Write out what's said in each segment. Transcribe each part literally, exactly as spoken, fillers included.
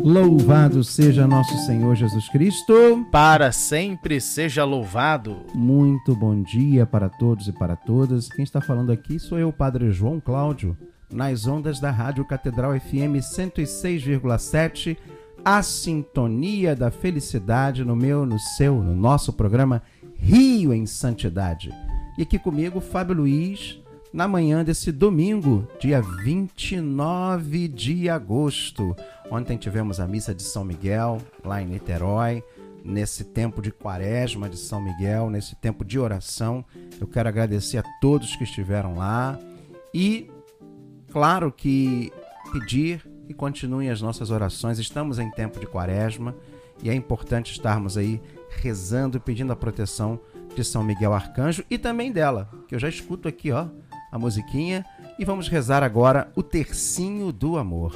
Louvado seja nosso Senhor Jesus Cristo. Para sempre seja louvado. Muito bom dia para todos e para todas. Quem está falando aqui sou eu, Padre João Cláudio, nas ondas da Rádio Catedral F M cento e seis vírgula sete, a sintonia da felicidade no meu, no seu, no nosso programa Rio em Santidade. E aqui comigo, Fábio Luiz, na manhã desse domingo, dia vinte e nove de agosto. Ontem tivemos a missa de São Miguel, lá em Niterói, nesse tempo de quaresma de São Miguel, nesse tempo de oração. Eu quero agradecer a todos que estiveram lá e, claro, que pedir que continuem as nossas orações. Estamos em tempo de quaresma e é importante estarmos aí rezando e pedindo a proteção de São Miguel Arcanjo e também dela, que eu já escuto aqui, ó, a musiquinha, e vamos rezar agora o tercinho do amor.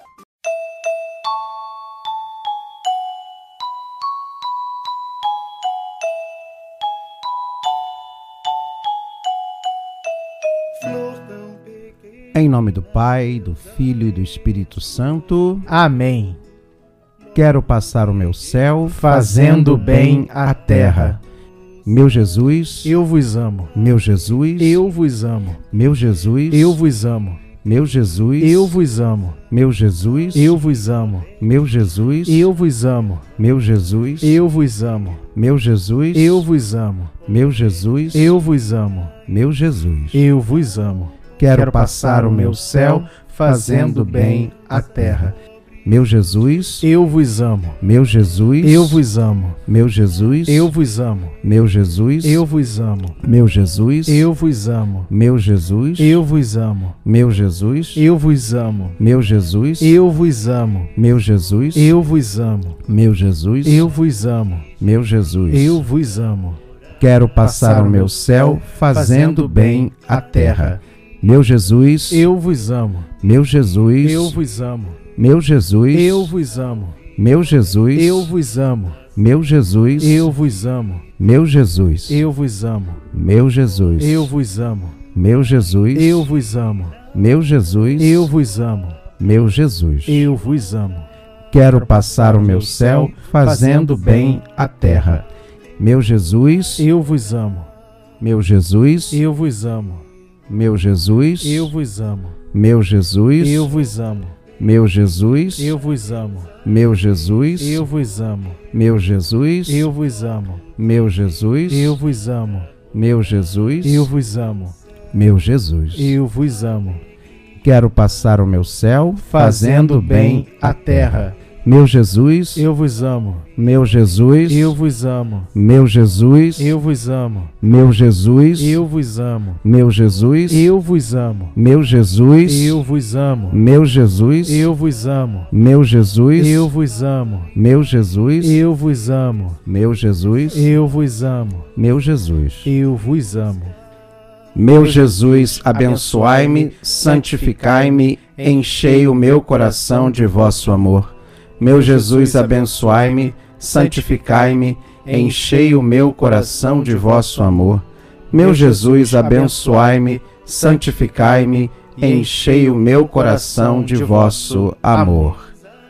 Em nome do Pai, do Filho e do Espírito Santo. Amém. Quero passar o meu céu fazendo bem à terra. Meu Jesus, eu vos amo. Meu Jesus, eu vos amo. Meu Jesus, eu vos amo. Meu Jesus, eu vos amo. Meu Jesus, eu vos amo. Meu Jesus, eu vos amo. Meu Jesus, eu vos amo. Meu Jesus, eu vos amo. Meu Jesus, eu vos amo. Meu Jesus, eu vos amo. Quero, Quero passar o meu céu fazendo bem à terra. Meu Jesus, eu vos amo. Meu Jesus, eu vos amo. Meu Jesus, eu vos amo. Meu Jesus, eu vos amo. Meu Jesus, eu vos amo. Meu Jesus, eu vos amo. Meu Jesus, eu vos amo. Meu Jesus, eu vos amo. Meu Jesus, eu vos amo. Meu Jesus, eu vos amo. Meu Jesus, eu vos amo. Quero passar o meu céu fazendo bem à terra. Meu Jesus, eu vos amo. Meu Jesus, eu vos amo. Meu Jesus, eu vos amo. Meu Jesus, eu vos amo. Meu Jesus, eu vos amo. Meu Jesus, eu vos amo. Meu Jesus, eu vos amo. Meu Jesus, eu vos amo. Meu Jesus, eu vos amo. Meu Jesus, eu vos amo. Quero passar o meu céu fazendo bem à terra. Meu Jesus, eu vos amo. Meu Jesus, eu vos amo. Meu Jesus, eu vos amo. Meu Jesus, eu vos amo. Meu Jesus, eu vos amo. Meu Jesus, eu vos amo. Meu Jesus, eu vos amo. Meu Jesus, eu vos amo. Meu Jesus, eu vos amo. Meu Jesus, eu vos amo. Quero passar o meu céu fazendo bem à terra. Meu Jesus, eu vos amo. Meu Jesus, eu vos amo. Meu Jesus, eu vos amo. Meu Jesus, eu vos amo. Meu Jesus, eu vos amo. Meu Jesus, eu vos amo. Meu Jesus, eu vos amo. Meu Jesus, eu vos amo. Meu Jesus, eu vos amo. Meu Jesus, eu vos amo. Meu Jesus, eu vos amo. Meu Jesus, abençoai-me, santificai-me, enchei o meu coração de vosso amor. Meu Jesus, abençoai-me, santificai-me, enchei o meu coração de vosso amor. Meu Jesus, abençoai-me, santificai-me, enchei o meu coração de vosso amor.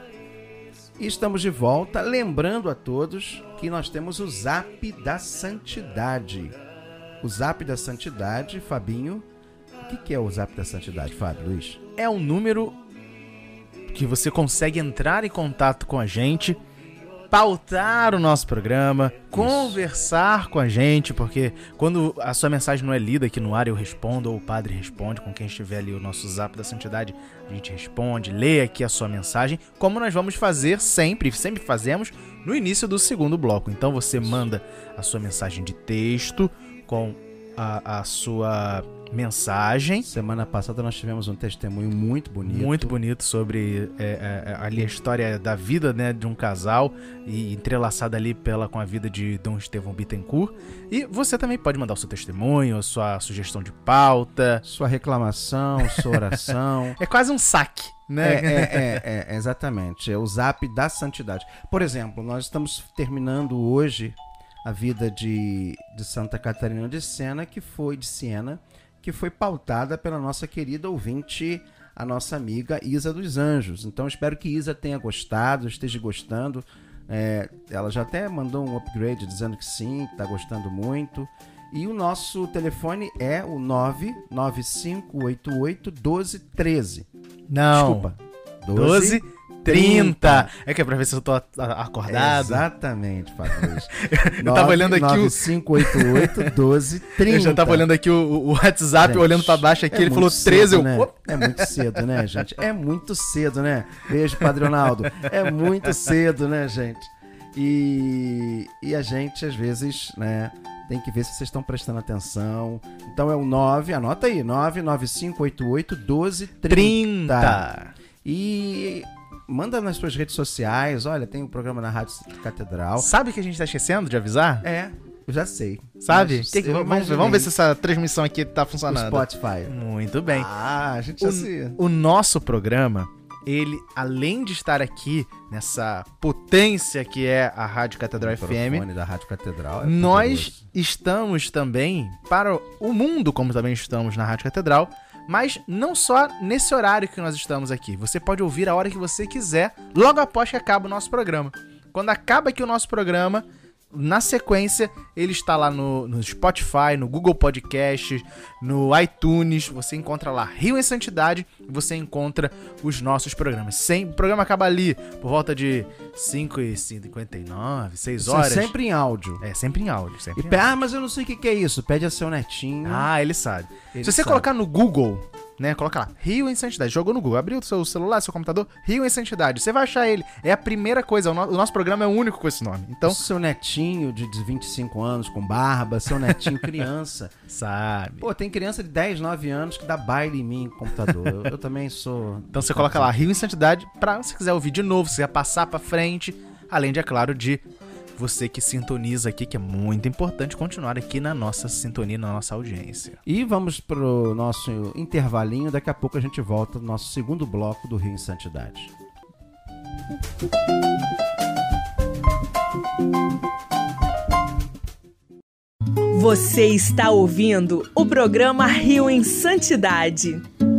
E estamos de volta, lembrando a todos que nós temos o Zap da Santidade. O Zap da Santidade, Fabinho, o que é o Zap da Santidade, Fábio Luiz? É um número que você consegue entrar em contato com a gente, pautar o nosso programa, Isso. conversar com a gente, porque quando a sua mensagem não é lida aqui no ar, eu respondo, ou o padre responde, com quem estiver ali o nosso Zap da Santidade, a gente responde, lê aqui a sua mensagem, como nós vamos fazer sempre, sempre fazemos no início do segundo bloco. Então você manda a sua mensagem de texto com a, a sua mensagem. Semana passada nós tivemos um testemunho muito bonito. Muito bonito sobre é, é, ali a história da vida, né, de um casal e entrelaçada ali pela, com a vida de Dom Estevão Bittencourt. E você também pode mandar o seu testemunho, sua sugestão de pauta, sua reclamação, sua oração. É quase um saque, né? É, é, é, é, exatamente. É o Zap da Santidade. Por exemplo, nós estamos terminando hoje a vida de, de Santa Catarina de Siena, que foi de Siena, que foi pautada pela nossa querida ouvinte, a nossa amiga Isa dos Anjos. Então espero que Isa tenha gostado, esteja gostando. É, ela já até mandou um upgrade dizendo que sim, está gostando muito. E o nosso telefone é o nove nove cinco oito oito um dois um três. Não. Desculpa. doze trinta. É que é pra ver se eu tô acordado. Exatamente, Fábio. Eu tava olhando aqui o... nove cinco oito oito um dois trinta. Eu já tava olhando aqui o, o WhatsApp, gente, olhando pra baixo aqui, é ele falou treze. Cedo, eu... né? É muito cedo, né, gente? É muito cedo, né? Beijo, Padre Ronaldo. É muito cedo, né, gente? E, e a gente, às vezes, né, tem que ver se vocês estão prestando atenção. Então é o nove, anota aí, nove nove cinco oito oito um dois trinta. E manda nas suas redes sociais. Olha, tem um programa na Rádio Catedral. Sabe o que a gente tá esquecendo de avisar? É, eu já sei. Sabe? Que que, vamos, vamos ver se essa transmissão aqui tá funcionando. O Spotify. Muito bem. Ah, a gente já se... O nosso programa, ele, além de estar aqui nessa potência que é a Rádio Catedral F M, da Rádio Catedral é nós poderoso. Estamos também para o mundo, como também estamos na Rádio Catedral, mas não só nesse horário que nós estamos aqui. Você pode ouvir a hora que você quiser, logo após que acaba o nosso programa. Quando acaba aqui o nosso programa, na sequência, ele está lá no, no Spotify, no Google Podcast, no iTunes. Você encontra lá Rio em Santidade e você encontra os nossos programas. Sem, o programa acaba ali por volta de cinco e cinquenta e nove, seis horas. Isso é sempre em áudio. É, sempre em áudio. Sempre e em pe- áudio. Ah, mas eu não sei o que, que é isso. Pede a seu netinho. Ah, ele sabe. Ele Se você sabe. colocar no Google, né, coloca lá, Rio em Santidade, jogou no Google, abriu o seu celular, seu computador, Rio em Santidade, você vai achar ele. É a primeira coisa, o, no- o nosso programa é o único com esse nome. Então, Seu netinho de vinte e cinco anos com barba, seu netinho criança. sabe. Pô, tem criança de dez, nove anos que dá baile em mim com computador. Eu, eu também sou... Então você coloca lá, Rio em Santidade, pra se quiser ouvir de novo, se quiser passar pra frente, além de, é claro, de você que sintoniza aqui, que é muito importante continuar aqui na nossa sintonia, na nossa audiência. E vamos pro nosso intervalinho. Daqui a pouco a gente volta no nosso segundo bloco do Rio em Santidade. Você está ouvindo o programa Rio em Santidade.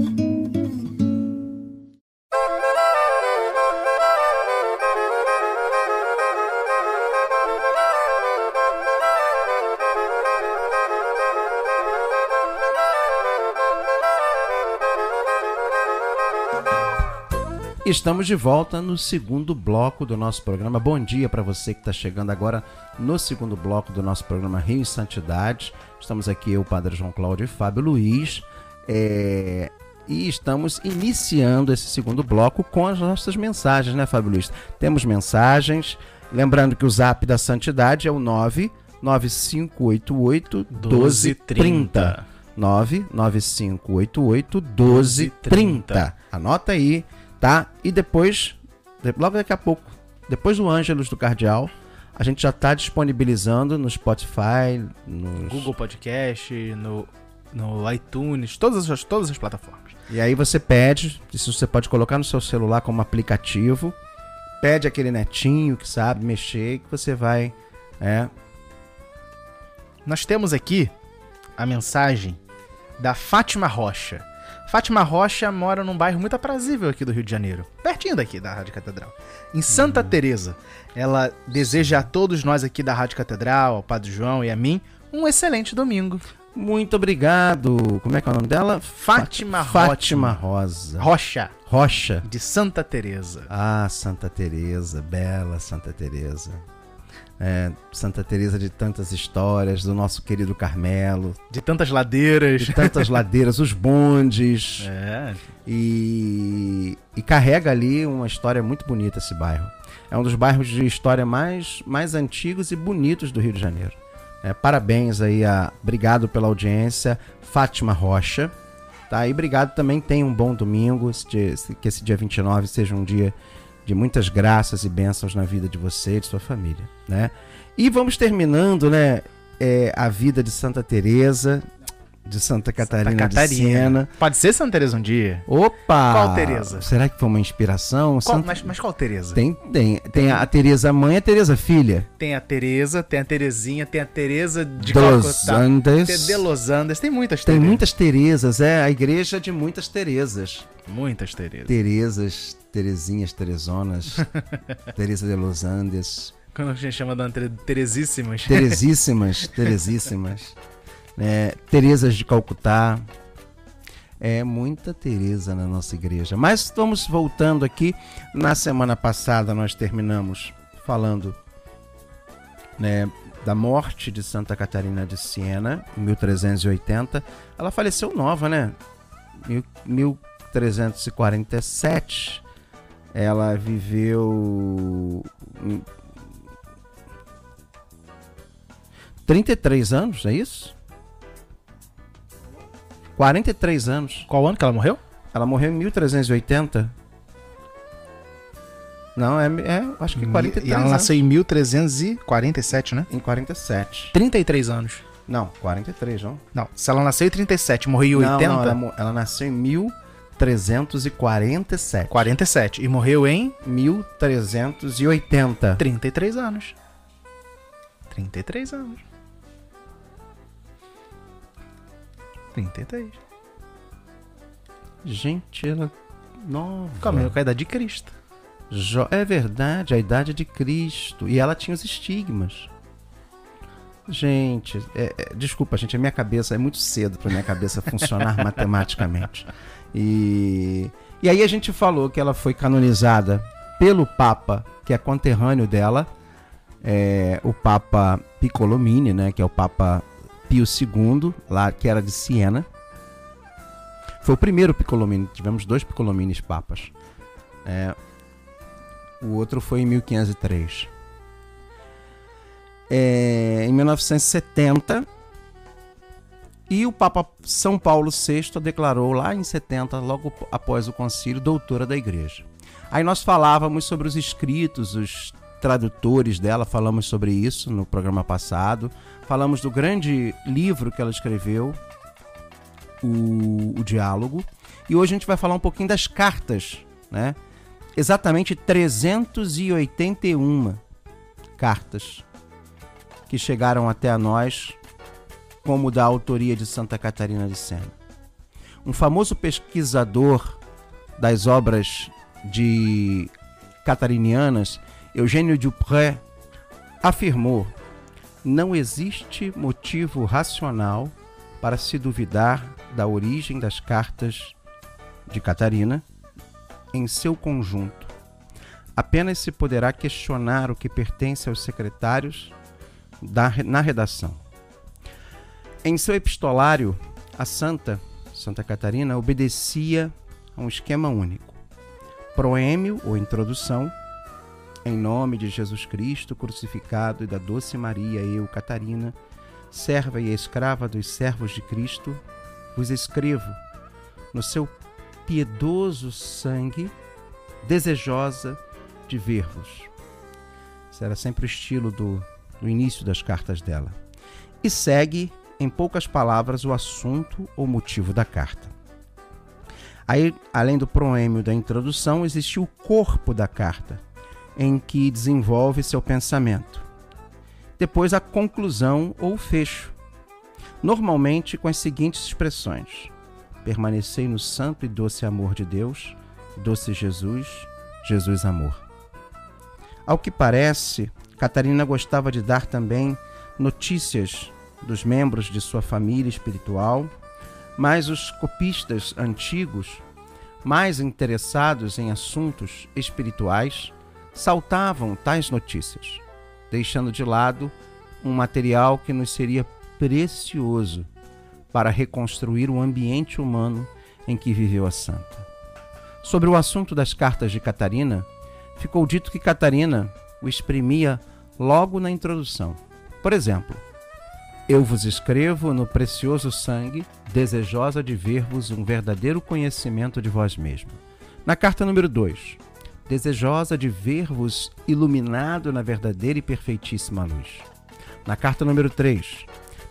Estamos de volta no segundo bloco do nosso programa. Bom dia para você que está chegando agora no segundo bloco do nosso programa Rio em Santidade. Estamos aqui, eu, Padre João Cláudio e Fábio Luiz. É... E estamos iniciando esse segundo bloco com as nossas mensagens, né, Fábio Luiz? Temos mensagens. Lembrando que o zap da Santidade é o nove nove cinco oito oito um dois trinta. nove nove cinco oito oito um dois trinta. Anota aí. Tá? E depois, logo daqui a pouco, depois do Ângelus do Cardeal, a gente já está disponibilizando no Spotify, no Google Podcast, no, no iTunes, todas as, todas as plataformas. E aí você pede, isso você pode colocar no seu celular como aplicativo, pede aquele netinho que sabe mexer, que você vai... É. Nós temos aqui a mensagem da Fátima Rocha. Fátima Rocha mora num bairro muito aprazível aqui do Rio de Janeiro, pertinho daqui da Rádio Catedral, em Santa uhum. Teresa. Ela deseja a todos nós aqui da Rádio Catedral, ao Padre João e a mim, um excelente domingo. Muito obrigado. Como é que é o nome dela? Fátima Rocha. Fátima Rosa. Rocha. Rocha. De Santa Teresa. Ah, Santa Teresa, bela Santa Teresa. É, Santa Teresa de tantas histórias, do nosso querido Carmelo, de tantas ladeiras, de tantas ladeiras, os bondes, é. e, e carrega ali uma história muito bonita esse bairro. É um dos bairros de história mais, mais antigos e bonitos do Rio de Janeiro. É, parabéns aí, a, obrigado pela audiência, Fátima Rocha. Tá? E obrigado também, tenha um bom domingo, esse dia, que esse dia vinte e nove seja um dia de muitas graças e bênçãos na vida de você e de sua família, né? E vamos terminando, né, é, a vida de Santa Teresa. de Santa Catarina, Santa Catarina. de Siena. Pode ser Santa Teresa um dia? Opa! Qual Teresa? Será que foi uma inspiração? Qual, Santa... mas, mas qual Teresa? Tem, tem, tem a Teresa mãe e a Teresa filha. Tem a Teresa, tem a Terezinha, tem a Teresa de Dos Calcutá. Andes. Tem de Los Andes, tem muitas Tem Teresas. muitas Teresas, é a igreja de muitas Teresas. Muitas Teresas. Terezas, Terezinhas, Terezonas, Teresa de Los Andes. Quando a gente chama de Tere- Teresíssimas. Teresíssimas, Teresíssimas. É, Terezas de Calcutá. É muita Teresa na nossa igreja. Mas estamos voltando aqui. Na semana passada nós terminamos falando, né, da morte de Santa Catarina de Siena, em mil trezentos e oitenta. Ela faleceu nova, né? mil trezentos e quarenta e sete. Ela viveu trinta e três anos, é isso? quarenta e três anos. Qual ano que ela morreu? Ela morreu em mil trezentos e oitenta. Não, é, é acho que quarenta e três E ela anos. nasceu em mil trezentos e quarenta e sete, né? Em quarenta e sete. trinta e três anos. Não, quarenta e três, não? Não, se ela nasceu em trinta e sete e morreu em Não, oitenta... não, ela, mo- ela nasceu em mil trezentos e quarenta e sete. quarenta e sete. E morreu em mil trezentos e oitenta. trinta e três anos. trinta e três anos. trinta e três. Gente, ela... Nova. Caminho com a idade de Cristo. Jo- É verdade, a idade de Cristo. E ela tinha os estigmas. Gente, é- é- desculpa, gente, a minha cabeça é muito cedo para minha cabeça funcionar matematicamente. E, e aí a gente falou que ela foi canonizada pelo Papa, que é conterrâneo dela, é, o Papa Piccolomini, né, que é o Papa Pio segundo, lá, que era de Siena. Foi o primeiro Piccolomini, tivemos dois Piccolominis papas. É, o outro foi em mil quinhentos e três. É, em mil novecentos e setenta, e o Papa São Paulo sexto a declarou lá em setenta, logo após o concílio, doutora da igreja. Aí nós falávamos sobre os escritos, os tradutores dela, falamos sobre isso no programa passado, falamos do grande livro que ela escreveu, o, o Diálogo, e hoje a gente vai falar um pouquinho das cartas, né? Exatamente trezentas e oitenta e uma cartas que chegaram até a nós, como da autoria de Santa Catarina de Siena. Um famoso pesquisador das obras de catarinianas, Eugênio Dupré, afirmou: não existe motivo racional para se duvidar da origem das cartas de Catarina em seu conjunto. Apenas se poderá questionar o que pertence aos secretários da, na redação. Em seu epistolário, a Santa, Santa Catarina obedecia a um esquema único. Proêmio, ou introdução, em nome de Jesus Cristo crucificado e da doce Maria, eu, Catarina, serva e escrava dos servos de Cristo, vos escrevo, no seu piedoso sangue, desejosa de ver-vos. Esse era sempre o estilo do, do início das cartas dela. E segue, em poucas palavras, o assunto ou motivo da carta. Aí, além do proêmio da introdução, existe o corpo da carta, em que desenvolve seu pensamento. Depois a conclusão ou fecho, normalmente com as seguintes expressões: permanecei no santo e doce amor de Deus, doce Jesus, Jesus amor. Ao que parece, Catarina gostava de dar também notícias dos membros de sua família espiritual, mas os copistas antigos, mais interessados em assuntos espirituais, saltavam tais notícias, deixando de lado um material que nos seria precioso para reconstruir o ambiente humano em que viveu a santa. Sobre o assunto das cartas de Catarina, ficou dito que Catarina o exprimia logo na introdução. Por exemplo: eu vos escrevo no precioso sangue, desejosa de ver-vos um verdadeiro conhecimento de vós mesmo. Na carta número dois, desejosa de ver-vos iluminado na verdadeira e perfeitíssima luz. Na carta número três,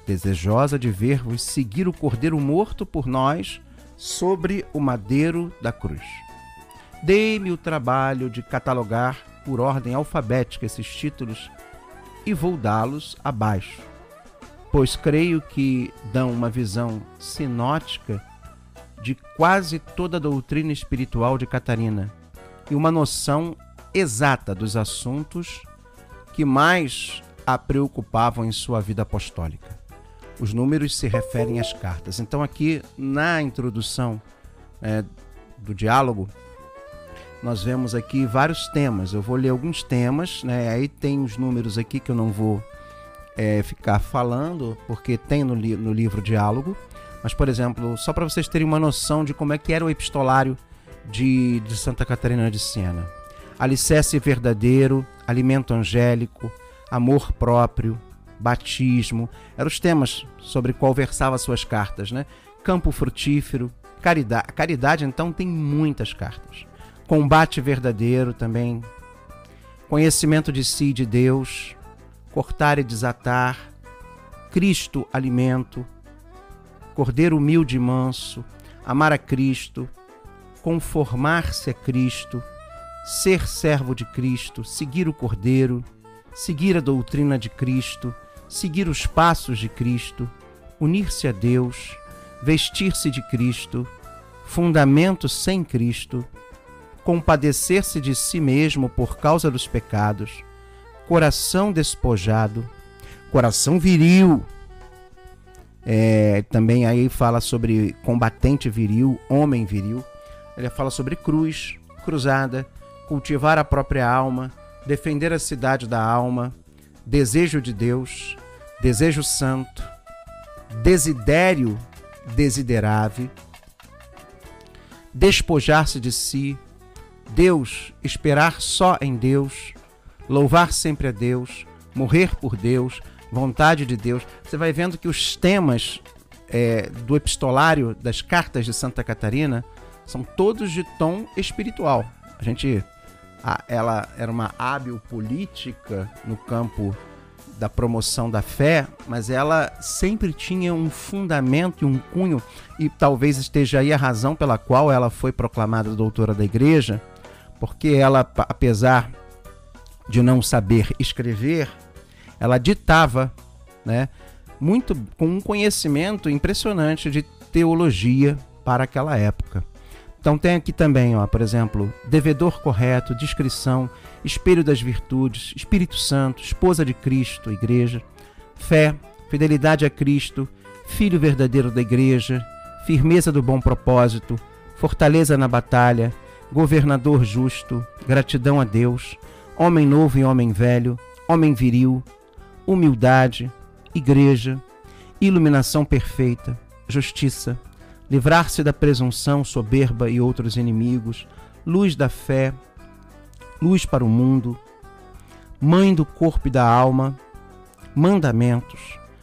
desejosa de ver-vos seguir o Cordeiro morto por nós sobre o madeiro da cruz. Dei-me o trabalho de catalogar por ordem alfabética esses títulos e vou dá-los abaixo, pois creio que dão uma visão sinótica de quase toda a doutrina espiritual de Catarina e uma noção exata dos assuntos que mais a preocupavam em sua vida apostólica. Os números se referem às cartas. Então aqui na introdução é, do diálogo, nós vemos aqui vários temas. Eu vou ler alguns temas, né? Aí tem os números aqui que eu não vou é, ficar falando, porque tem no, li no livro Diálogo. Mas, por exemplo, só para vocês terem uma noção de como é que era o epistolário de, de Santa Catarina de Siena. Alicerce verdadeiro, alimento angélico, amor próprio, batismo. Eram os temas sobre qual versava suas cartas, né? Campo frutífero, caridade. Caridade, então, tem muitas cartas. Combate verdadeiro também, conhecimento de si e de Deus, cortar e desatar, Cristo alimento, Cordeiro humilde e manso, amar a Cristo, conformar-se a Cristo, ser servo de Cristo, seguir o Cordeiro, seguir a doutrina de Cristo, seguir os passos de Cristo, unir-se a Deus, vestir-se de Cristo, fundamento sem Cristo, compadecer-se de si mesmo por causa dos pecados, coração despojado, coração viril. É, também aí fala sobre combatente viril, homem viril. Ele fala sobre cruz, cruzada, cultivar a própria alma, defender a cidade da alma, desejo de Deus, desejo santo, desidério desiderável, despojar-se de si, Deus, esperar só em Deus, louvar sempre a Deus, morrer por Deus, vontade de Deus. Você vai vendo que os temas é, do epistolário das cartas de Santa Catarina são todos de tom espiritual. A gente, a, ela era uma hábil política no campo da promoção da fé, mas ela sempre tinha um fundamento e um cunho, e talvez esteja aí a razão pela qual ela foi proclamada doutora da Igreja, porque ela, apesar de não saber escrever, ela ditava, né, muito, com um conhecimento impressionante de teologia para aquela época. Então tem aqui também, ó, por exemplo, devedor correto, discrição, espelho das virtudes, Espírito Santo, esposa de Cristo, Igreja, fé, fidelidade a Cristo, filho verdadeiro da Igreja, firmeza do bom propósito, fortaleza na batalha, governador justo, gratidão a Deus, homem novo e homem velho, homem viril, humildade, Igreja, iluminação perfeita, justiça, livrar-se da presunção, soberba e outros inimigos, luz da fé, luz para o mundo, mãe do corpo e da alma, mandamentos.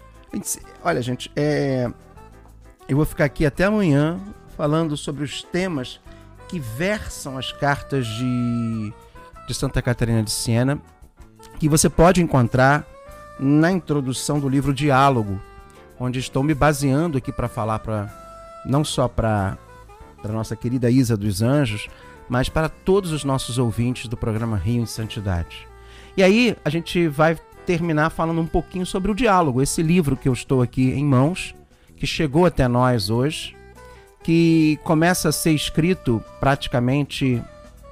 Olha, gente, é... eu vou ficar aqui até amanhã falando sobre os temas que versam as cartas de, de Santa Catarina de Siena, que você pode encontrar na introdução do livro Diálogo, onde estou me baseando aqui para falar para não só para a nossa querida Isa dos Anjos, mas para todos os nossos ouvintes do programa Rio em Santidade. E aí a gente vai terminar falando um pouquinho sobre o Diálogo, esse livro que eu estou aqui em mãos, que chegou até nós hoje, que começa a ser escrito praticamente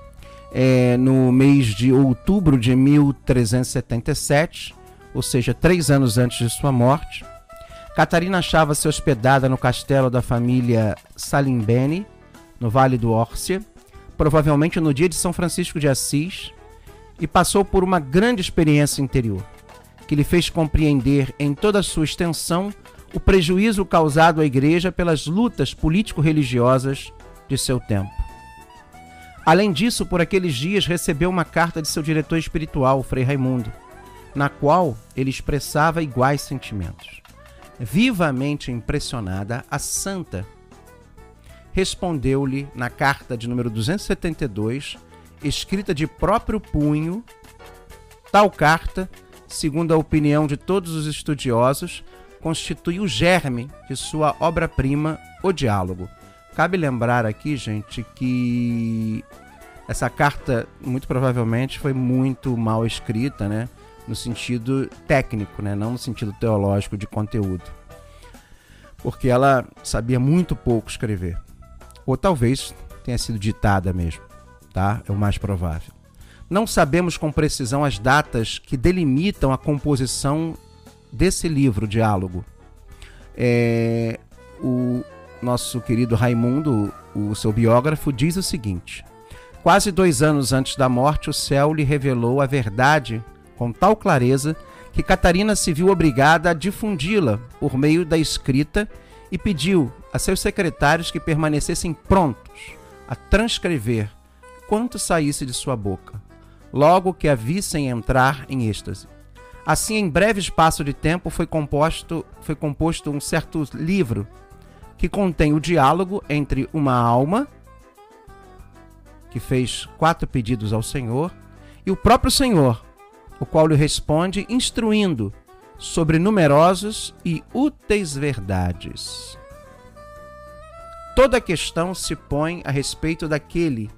é, no mês de outubro de mil trezentos e setenta e sete, ou seja, três anos antes de sua morte. Catarina achava-se hospedada no castelo da família Salimbene, no Vale do Órcia, provavelmente no dia de São Francisco de Assis, e passou por uma grande experiência interior, que lhe fez compreender em toda a sua extensão o prejuízo causado à Igreja pelas lutas político-religiosas de seu tempo. Além disso, por aqueles dias recebeu uma carta de seu diretor espiritual, Frei Raimundo, na qual ele expressava iguais sentimentos. Vivamente impressionada, a santa respondeu-lhe na carta de número duzentos e setenta e dois, escrita de próprio punho. Tal carta, segundo a opinião de todos os estudiosos, constitui o germe de sua obra-prima, O Diálogo. Cabe lembrar aqui, gente, que essa carta, muito provavelmente, foi muito mal escrita, né? No sentido técnico, né? Não no sentido teológico de conteúdo. Porque ela sabia muito pouco escrever. Ou talvez tenha sido ditada mesmo, tá? É o mais provável. Não sabemos com precisão as datas que delimitam a composição desse livro, Diálogo. É, o nosso querido Raimundo, o seu biógrafo, diz o seguinte: quase dois anos antes da morte, o céu lhe revelou a verdade com tal clareza que Catarina se viu obrigada a difundi-la por meio da escrita e pediu a seus secretários que permanecessem prontos a transcrever quanto saísse de sua boca, logo que a vissem entrar em êxtase. Assim, em breve espaço de tempo, foi composto, foi composto um certo livro que contém o diálogo entre uma alma que fez quatro pedidos ao Senhor e o próprio Senhor, o qual lhe responde instruindo sobre numerosos e úteis verdades. Toda a questão se põe a respeito daquele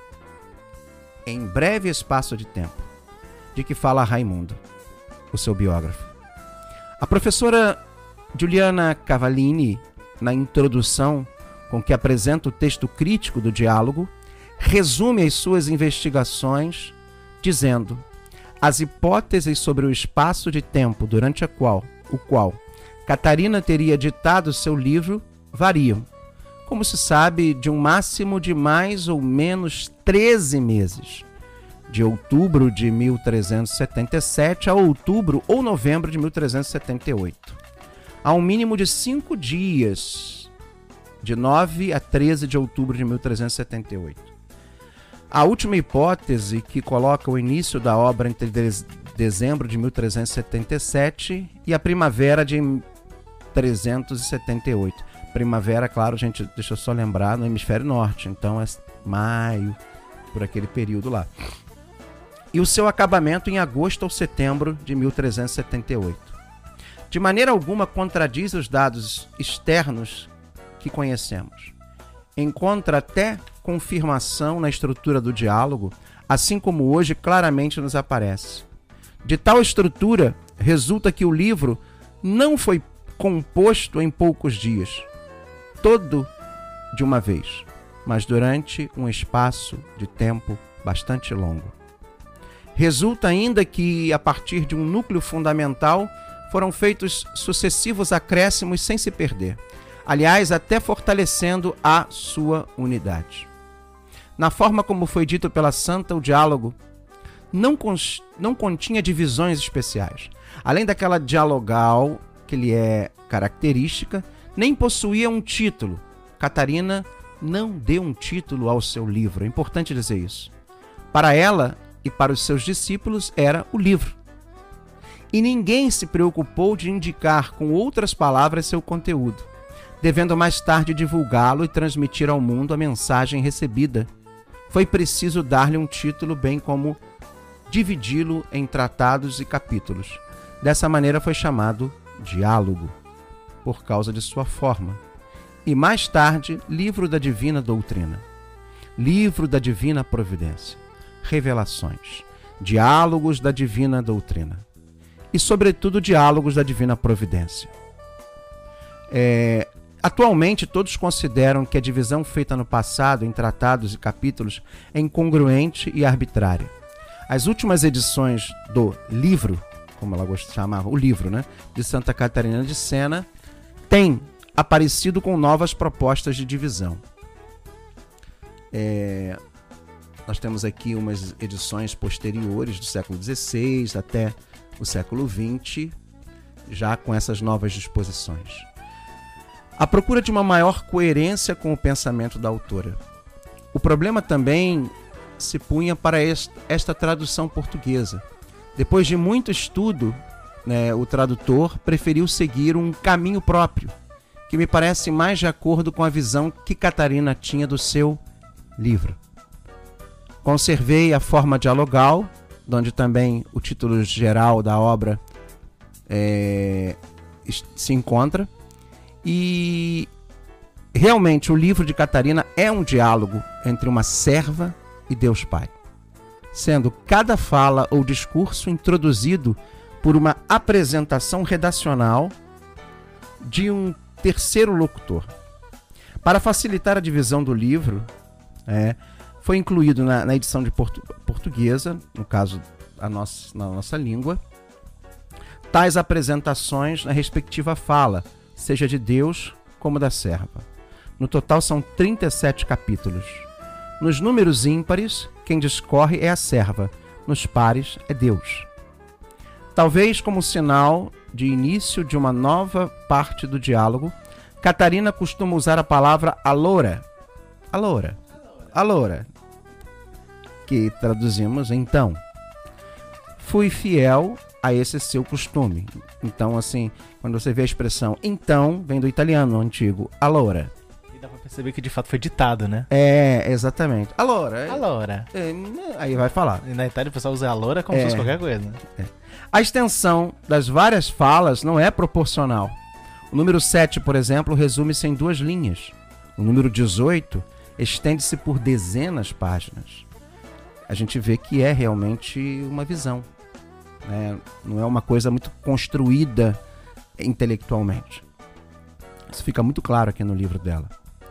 em breve espaço de tempo de que fala Raimundo, o seu biógrafo. A professora Juliana Cavallini, na introdução com que apresenta o texto crítico do diálogo, resume as suas investigações dizendo: as hipóteses sobre o espaço de tempo durante a qual, o qual Catarina teria ditado seu livro variam, como se sabe, de um máximo de mais ou menos treze meses, de outubro de mil trezentos e setenta e sete a outubro ou novembro de mil trezentos e setenta e oito, a um mínimo de cinco dias, de nove a treze de outubro de mil trezentos e setenta e oito. A última hipótese, que coloca o início da obra entre dezembro de mil trezentos e setenta e sete e a primavera de trezentos e setenta e oito. Primavera, claro, gente, deixa eu só lembrar, no hemisfério norte, então é maio, por aquele período lá. E o seu acabamento em agosto ou setembro de mil trezentos e setenta e oito. De maneira alguma contradiz os dados externos que conhecemos. Encontra até confirmação na estrutura do diálogo, assim como hoje claramente nos aparece. De tal estrutura, resulta que o livro não foi composto em poucos dias, todo de uma vez, mas durante um espaço de tempo bastante longo. Resulta ainda que, a partir de um núcleo fundamental, foram feitos sucessivos acréscimos sem se perder, aliás, até fortalecendo a sua unidade. Na forma como foi dito pela Santa, o diálogo não, cons- não continha divisões especiais. Além daquela dialogal que lhe é característica, nem possuía um título. Catarina não deu um título ao seu livro, é importante dizer isso. Para ela e para os seus discípulos era o livro. E ninguém se preocupou de indicar com outras palavras seu conteúdo, devendo mais tarde divulgá-lo e transmitir ao mundo a mensagem recebida. Foi preciso dar-lhe um título, bem como dividi-lo em tratados e capítulos. Dessa maneira foi chamado Diálogo, por causa de sua forma. E mais tarde, Livro da Divina Doutrina, Livro da Divina Providência, Revelações, Diálogos da Divina Doutrina e, sobretudo, Diálogos da Divina Providência. É... Atualmente, todos consideram que a divisão feita no passado em tratados e capítulos é incongruente e arbitrária. As últimas edições do livro, como ela gosta de chamar, o livro, né, de Santa Catarina de Sena, têm aparecido com novas propostas de divisão. É, nós temos aqui umas edições posteriores do século dezesseis até o século vinte, já com essas novas disposições. A procura de uma maior coerência com o pensamento da autora. O problema também se punha para esta, esta tradução portuguesa. Depois de muito estudo, né, o tradutor preferiu seguir um caminho próprio, que me parece mais de acordo com a visão que Catarina tinha do seu livro. Conservei a forma dialogal, onde também o título geral da obra é, se encontra. E realmente o livro de Catarina é um diálogo entre uma serva e Deus Pai, sendo cada fala ou discurso introduzido por uma apresentação redacional de um terceiro locutor. Para facilitar a divisão do livro, é, foi incluído na, na edição de portu, portuguesa, no caso a nossa, na nossa língua, tais apresentações na respectiva fala, seja de Deus como da serva. No total são trinta e sete capítulos. Nos números ímpares, quem discorre é a serva, nos pares é Deus. Talvez como sinal de início de uma nova parte do diálogo, Catarina costuma usar a palavra alora, alora, alora, que traduzimos então. Fui fiel a esse seu costume. Então, assim, quando você vê a expressão então, vem do italiano antigo, alora. E dá pra perceber que de fato foi ditado, né? É, exatamente. Alora. Alora. É, aí vai falar. E na Itália o pessoal usa alora como É. se fosse qualquer coisa. É. A extensão das várias falas não é proporcional. O número sete, por exemplo, resume-se em duas linhas. O número dezoito estende-se por dezenas de páginas. A gente vê que é realmente uma visão, né? Não é uma coisa muito construída intelectualmente. Isso fica muito claro aqui no livro dela.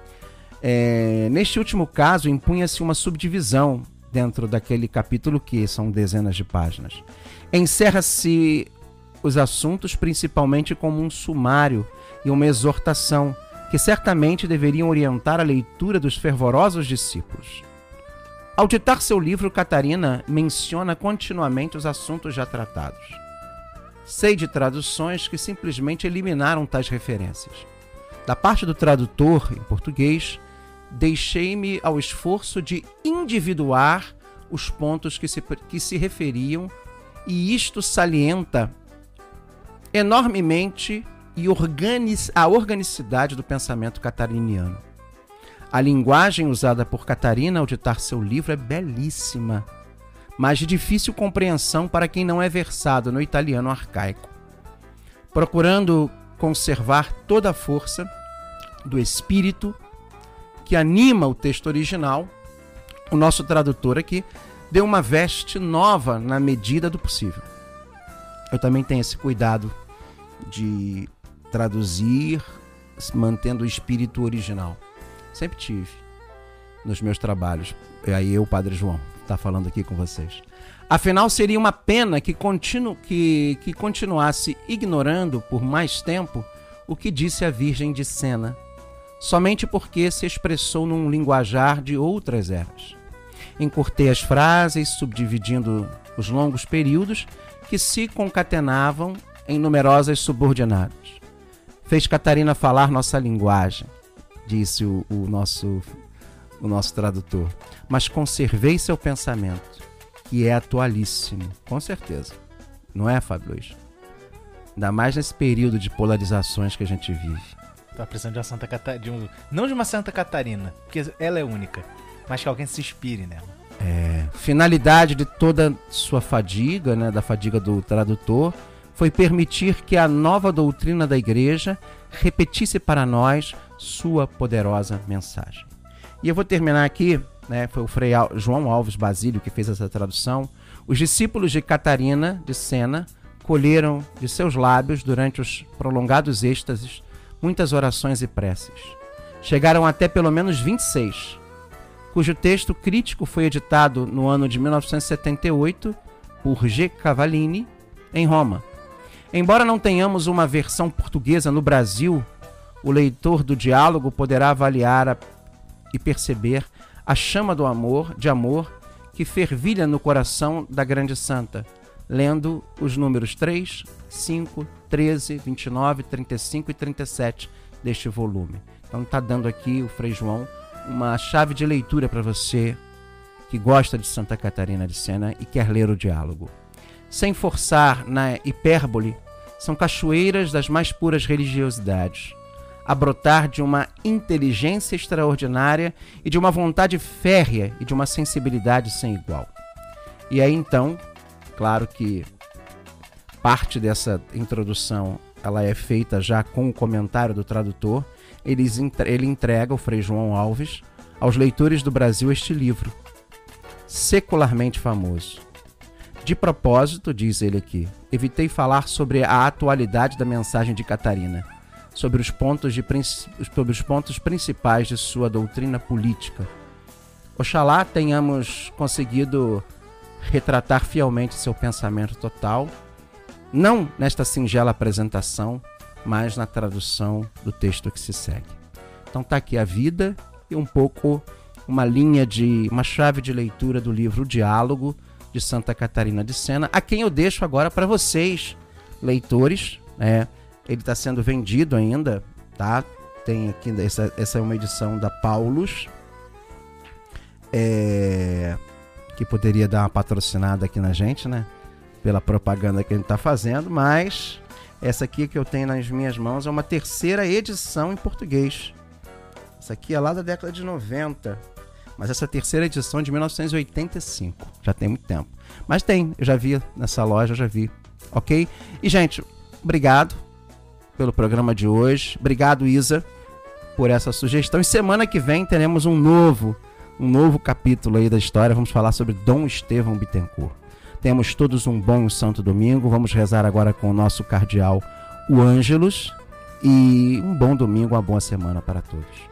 É, neste último caso, impunha-se uma subdivisão dentro daquele capítulo, que são dezenas de páginas. Encerra-se os assuntos principalmente como um sumário e uma exortação que certamente deveriam orientar a leitura dos fervorosos discípulos. Ao ditar seu livro, Catarina menciona continuamente os assuntos já tratados. Sei de traduções que simplesmente eliminaram tais referências. Da parte do tradutor, em português, deixei-me ao esforço de individuar os pontos que se, que se referiam, e isto salienta enormemente e organiz, a organicidade do pensamento catariniano. A linguagem usada por Catarina ao ditar seu livro é belíssima, mas de difícil compreensão para quem não é versado no italiano arcaico. Procurando conservar toda a força do espírito que anima o texto original, o nosso tradutor aqui deu uma veste nova na medida do possível. Eu também tenho esse cuidado de traduzir mantendo o espírito original. Sempre tive nos meus trabalhos. E aí eu, Padre João, está falando aqui com vocês. Afinal, seria uma pena que, continu, que, que continuasse ignorando por mais tempo o que disse a Virgem de Sena, somente porque se expressou num linguajar de outras eras. Encurtei as frases, subdividindo os longos períodos que se concatenavam em numerosas subordinadas. Fez Catarina falar nossa linguagem, disse o, o, nosso, o nosso tradutor, mas conservei seu pensamento, que é atualíssimo, com certeza. Não é, Fábio Luiz? Ainda mais nesse período de polarizações que a gente vive. Tá precisando de uma Santa Catarina, um, não de uma Santa Catarina, porque ela é única, mas que alguém se inspire nela. É, finalidade de toda sua fadiga, né, da fadiga do tradutor, foi permitir que a nova doutrina da Igreja repetisse para nós sua poderosa mensagem. E eu vou terminar aqui, né, foi o Frei Al- João Alves Basílio que fez essa tradução. Os discípulos de Catarina de Sena colheram de seus lábios, durante os prolongados êxtases, muitas orações e preces. Chegaram até pelo menos vinte e seis, cujo texto crítico foi editado no ano de mil novecentos e setenta e oito por G. Cavallini, em Roma. Embora não tenhamos uma versão portuguesa no Brasil, o leitor do diálogo poderá avaliar a, e perceber a chama do amor, de amor que fervilha no coração da grande santa, lendo os números três, cinco, treze, vinte e nove, trinta e cinco e trinta e sete deste volume. Então está dando aqui o Frei João uma chave de leitura para você que gosta de Santa Catarina de Sena e quer ler o diálogo. Sem forçar na hipérbole, são cachoeiras das mais puras religiosidades, a brotar de uma inteligência extraordinária e de uma vontade férrea e de uma sensibilidade sem igual. E aí então, claro que parte dessa introdução ela é feita já com o comentário do tradutor. Eles, ele entrega, o Frei João Alves, aos leitores do Brasil este livro, secularmente famoso. De propósito, diz ele aqui, evitei falar sobre a atualidade da mensagem de Catarina, sobre os pontos, de, sobre os pontos principais de sua doutrina política. Oxalá tenhamos conseguido retratar fielmente seu pensamento total, não nesta singela apresentação, mas na tradução do texto que se segue. Então tá aqui a vida e um pouco uma linha de, uma chave de leitura do livro O Diálogo, de Santa Catarina de Sena, a quem eu deixo agora para vocês, leitores, né? Ele está sendo vendido ainda, tá? Tem aqui, essa, essa é uma edição da Paulus, é, que poderia dar uma patrocinada aqui na gente, né? Pela propaganda que a gente está fazendo, mas essa aqui que eu tenho nas minhas mãos é uma terceira edição em português. Essa aqui é lá da década de noventa, mas essa terceira edição é de mil novecentos e oitenta e cinco, já tem muito tempo. Mas tem, eu já vi nessa loja, eu já vi, ok? E, gente, obrigado pelo programa de hoje. Obrigado, Isa, por essa sugestão. E semana que vem teremos um novo, um novo capítulo aí da história. Vamos falar sobre Dom Estevão Bittencourt. Temos todos um bom e um santo domingo. Vamos rezar agora com o nosso cardeal, o Ângelus. E um bom domingo, uma boa semana para todos.